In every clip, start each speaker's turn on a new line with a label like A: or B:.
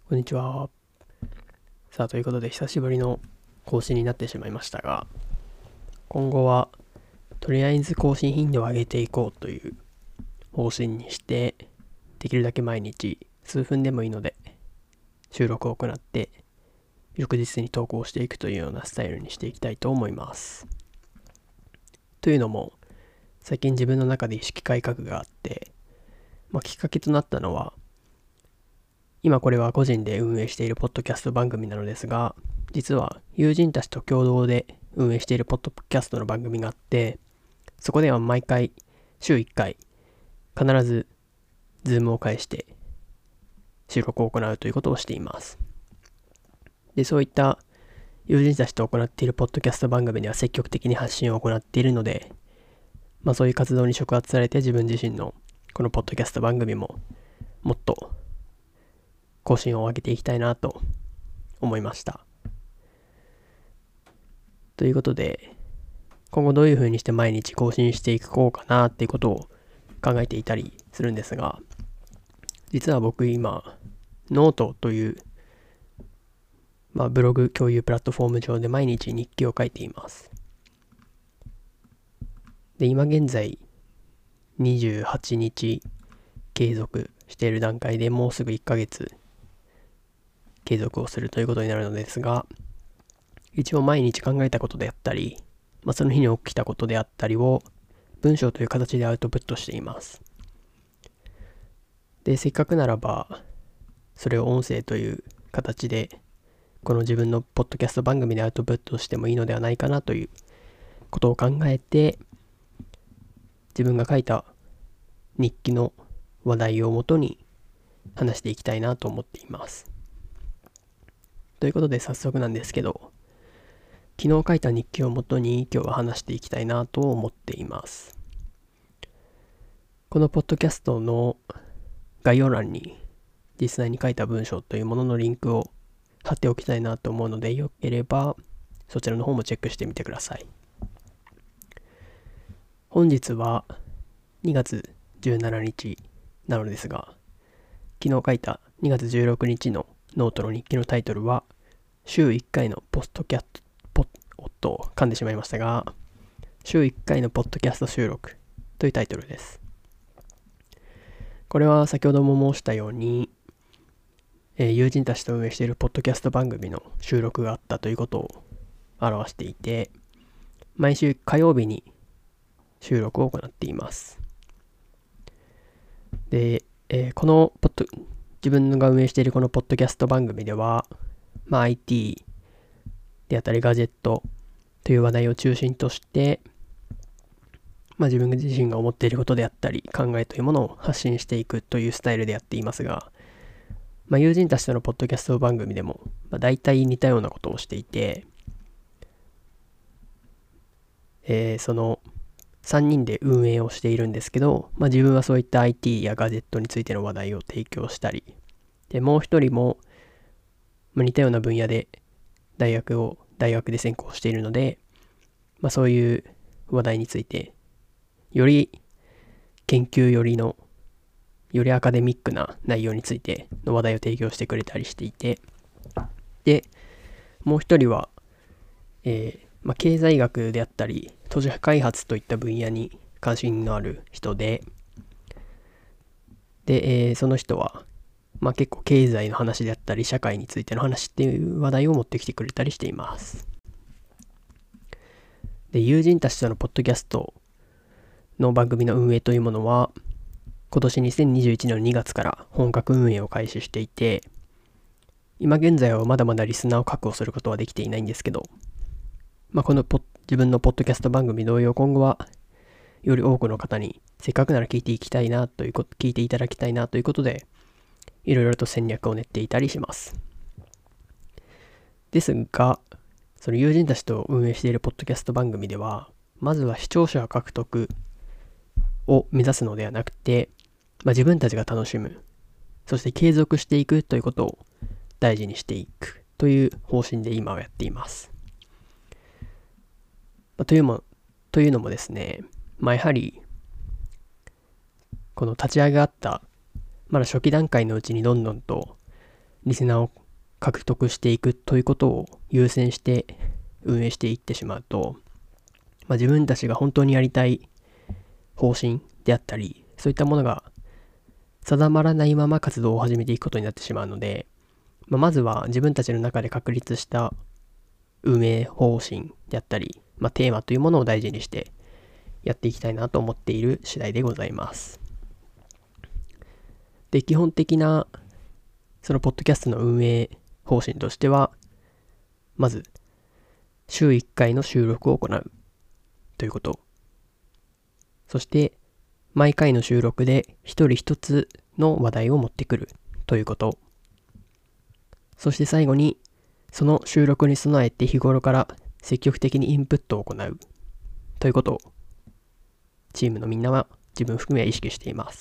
A: こんにちは。さあ、ということで久しぶりの更新になってしまいましたが、今後はとりあえず更新頻度を上げていこうという方針にして、できるだけ毎日数分でもいいので収録を行って翌日に投稿していくというようなスタイルにしていきたいと思います。というのも、最近自分の中で意識改革があって、きっかけとなったのは、今これは個人で運営しているポッドキャスト番組なのですが、実は友人たちと共同で運営しているポッドキャストの番組があって、そこでは毎回週1回必ずズームを介して収録を行うということをしています。で、そういった友人たちと行っているポッドキャスト番組では積極的に発信を行っているので、そういう活動に触発されて自分自身のこのポッドキャスト番組ももっと更新を上げていきたいなと思いました。ということで、今後どういう風にして毎日更新していこうかなっていうことを考えていたりするんですが、実は僕今、ノートという、ブログ共有プラットフォーム上で毎日日記を書いています。で、今現在28日継続している段階でもうすぐ1ヶ月継続をするということになるのですが、一応毎日考えたことであったり、その日に起きたことであったりを文章という形でアウトプットしています。で、せっかくならば、それを音声という形で、この自分のポッドキャスト番組でアウトプットしてもいいのではないかなということを考えて、自分が書いた日記の話題をもとに話していきたいなと思っています。ということで早速なんですけど、昨日書いた日記をもとに今日は話していきたいなと思っています。このポッドキャストの概要欄に実際に書いた文章というもののリンクを貼っておきたいなと思うので、よければそちらの方もチェックしてみてください。本日は2月17日なのですが、昨日書いた2月16日のノートの日記のタイトルは、週1回のポッドキャスト、噛んでしまいましたが、週1回のポッドキャスト収録というタイトルです。これは先ほども申したように、友人たちと運営しているポッドキャスト番組の収録があったということを表していて、毎週火曜日に収録を行っています。で、この自分が運営しているこのポッドキャスト番組では、IT であったりガジェットという話題を中心として、自分自身が思っていることであったり考えというものを発信していくというスタイルでやっていますが、友人たちとのポッドキャスト番組でも、大体似たようなことをしていて、その3人で運営をしているんですけど、自分はそういった IT やガジェットについての話題を提供したり、でもう一人も、似たような分野で大学で専攻しているので、そういう話題についてより研究寄りのよりアカデミックな内容についての話題を提供してくれたりしていて、でもう一人は、経済学であったり都市開発といった分野に関心のある人で、その人は、結構経済の話であったり社会についての話っていう話題を持ってきてくれたりしています。で、友人たちとのポッドキャストの番組の運営というものは、今年2021年の2月から本格運営を開始していて、今現在はまだまだリスナーを確保することはできていないんですけど、この自分のポッドキャスト番組同様、今後はより多くの方にせっかくなら聞いていただきたいなということで、いろいろと戦略を練っていたりします。ですが、その友人たちと運営しているポッドキャスト番組では、まずは視聴者獲得を目指すのではなくて、自分たちが楽しむ、そして継続していくということを大事にしていくという方針で今はやっています。というのもですね、やはりこの立ち上がったまだ初期段階のうちにどんどんとリスナーを獲得していくということを優先して運営していってしまうと、自分たちが本当にやりたい方針であったり、そういったものが定まらないまま活動を始めていくことになってしまうので、まずは自分たちの中で確立した運営方針であったり、テーマというものを大事にしてやっていきたいなと思っている次第でございます。で、基本的なそのポッドキャストの運営方針としては、まず週1回の収録を行うということ、そして毎回の収録で一人一つの話題を持ってくるということ、そして最後にその収録に備えて日頃から積極的にインプットを行うということをチームのみんなは自分含めは意識しています。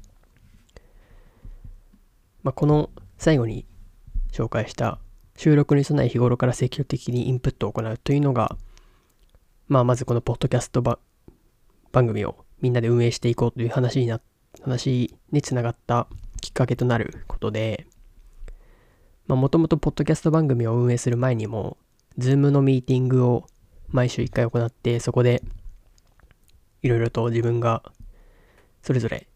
A: この最後に紹介した収録に備え日頃から積極的にインプットを行うというのが、まずこのポッドキャスト番組をみんなで運営していこうという話につながったきっかけとなることで、もともとポッドキャスト番組を運営する前にも、Zoom のミーティングを毎週1回行って、そこでいろいろと自分がそれぞれ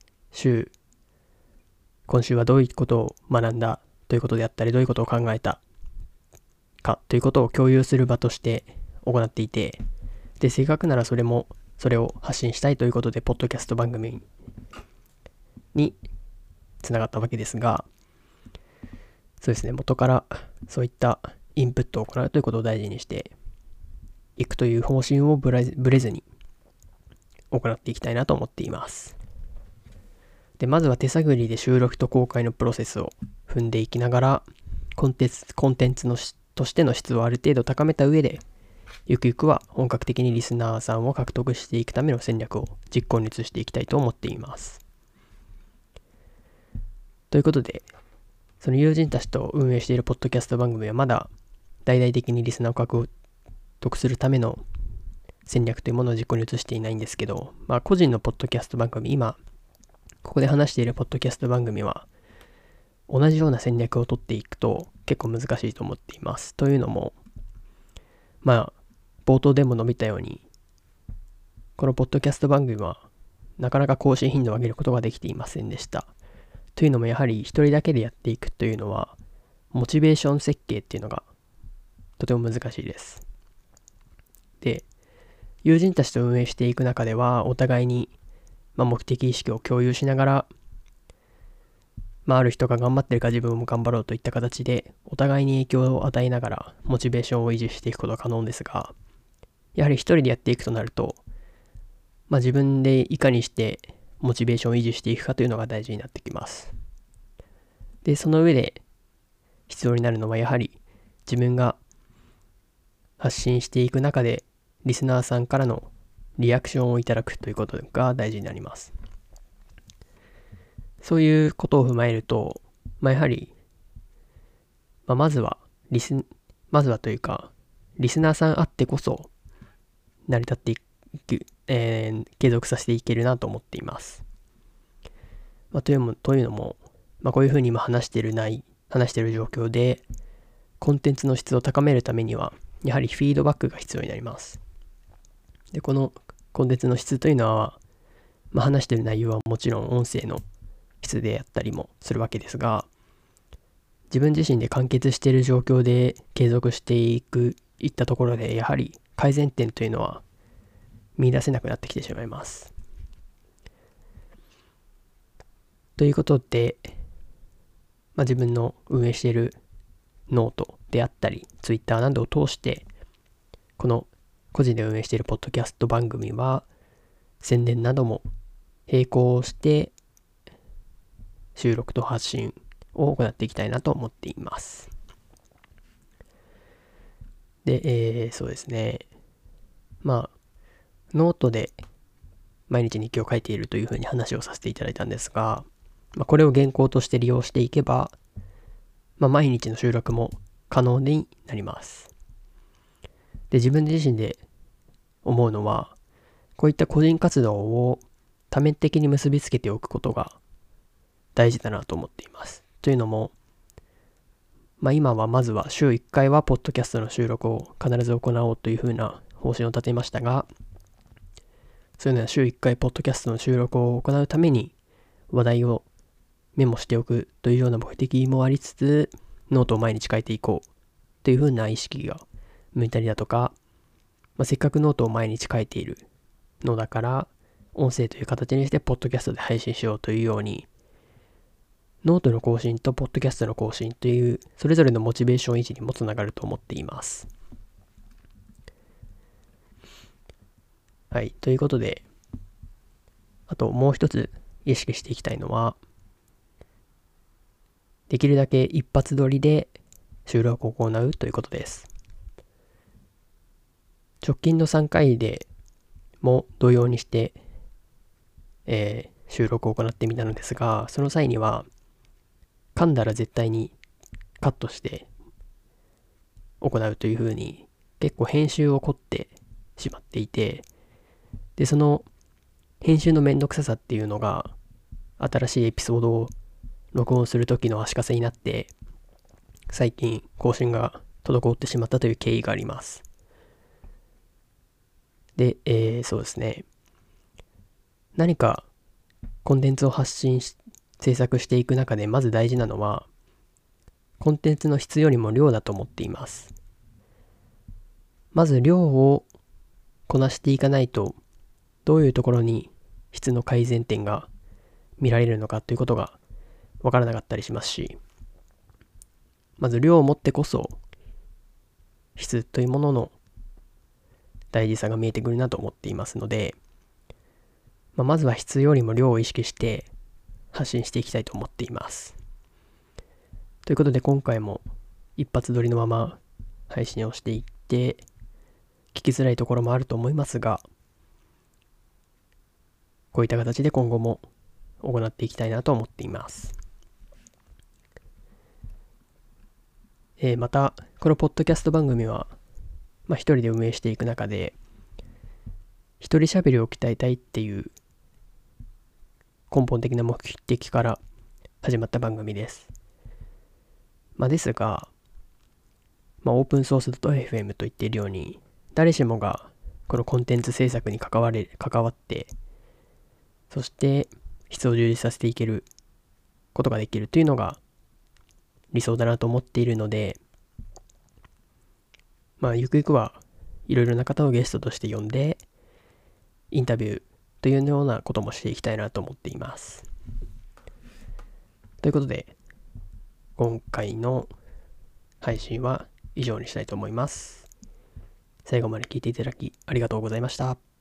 A: 今週はどういうことを学んだということであったり、どういうことを考えたかということを共有する場として行っていて、で、せっかくならそれを発信したいということで、ポッドキャスト番組につながったわけですが、そうですね、元からそういったインプットを行うということを大事にしていくという方針をぶれずに行っていきたいなと思っています。で、まずは手探りで収録と公開のプロセスを踏んでいきながら、コンテンツとしての質をある程度高めた上で、ゆくゆくは本格的にリスナーさんを獲得していくための戦略を実行に移していきたいと思っています。ということで、その友人たちと運営しているポッドキャスト番組はまだ大々的にリスナーを獲得するための戦略というものを実行に移していないんですけど、個人のポッドキャスト番組、今ここで話しているポッドキャスト番組は同じような戦略を取っていくと結構難しいと思っています。というのも、冒頭でも述べたように、このポッドキャスト番組はなかなか更新頻度を上げることができていませんでした。というのも、やはり一人だけでやっていくというのはモチベーション設計っていうのがとても難しいです。で、友人たちと運営していく中では、お互いに目的意識を共有しながら、ある人が頑張ってるから自分も頑張ろうといった形でお互いに影響を与えながらモチベーションを維持していくことが可能ですが、やはり一人でやっていくとなると、自分でいかにしてモチベーションを維持していくかというのが大事になってきます。で、その上で必要になるのは、やはり自分が発信していく中でリスナーさんからのリアクションをいただくということが大事になります。そういうことを踏まえると、やはり、まずはというか、リスナーさんあってこそ成り立っていく、継続させていけるなと思っています。というのも、こういうふうに今話している状況で、コンテンツの質を高めるためには、やはりフィードバックが必要になります。で、このコンテンツの質というのは、話している内容はもちろん音声の質であったりもするわけですが、自分自身で完結している状況で継続していったところで、やはり改善点というのは見出せなくなってきてしまいます。ということで、自分の運営しているノートであったり、ツイッターなどを通して、この個人で運営しているポッドキャスト番組は、宣伝なども並行して収録と発信を行っていきたいなと思っています。で、そうですね。ノートで毎日日記を書いているというふうに話をさせていただいたんですが、これを原稿として利用していけば、毎日の収録も可能になります。で、自分自身で思うのは、こういった個人活動を多面的に結びつけておくことが大事だなと思っています。というのも、 今はまずは週1回はポッドキャストの収録を必ず行おうというふうな方針を立てましたが、そういうのは週1回ポッドキャストの収録を行うために話題をメモしておくというような目的もありつつ、ノートを毎日書いていこうというふうな意識が向いたりだとか、せっかくノートを毎日書いているのだから、音声という形にしてポッドキャストで配信しようというように、ノートの更新とポッドキャストの更新というそれぞれのモチベーション維持にもつながると思っています。はい、ということで、あともう一つ意識していきたいのは、できるだけ一発撮りで収録を行うということです。直近の3回でも同様にして、収録を行ってみたのですが、その際には噛んだら絶対にカットして行うというふうに結構編集を凝ってしまっていて、でその編集のめんどくささっていうのが新しいエピソードを録音する時の足かせになって、最近更新が滞ってしまったという経緯があります。で、そうですね、何かコンテンツを制作していく中でまず大事なのはコンテンツの質よりも量だと思っています。まず量をこなしていかないと、どういうところに質の改善点が見られるのかということがわからなかったりしますし、まず量を持ってこそ質というものの大事さが見えてくるなと思っていますので、まずは質よりも量を意識して発信していきたいと思っています。ということで今回も一発撮りのまま配信をしていって、聞きづらいところもあると思いますが、こういった形で今後も行っていきたいなと思っています。またこのポッドキャスト番組は、一人で運営していく中で一人喋りを鍛えたいっていう根本的な目的から始まった番組です。ですが、オープンソース .fm と言っているように、誰しもがこのコンテンツ制作に関わって、そして質を充実させていけることができるというのが理想だなと思っているので、ゆくゆくはいろいろな方をゲストとして呼んでインタビューというようなこともしていきたいなと思っています。ということで今回の配信は以上にしたいと思います。最後まで聞いていただきありがとうございました。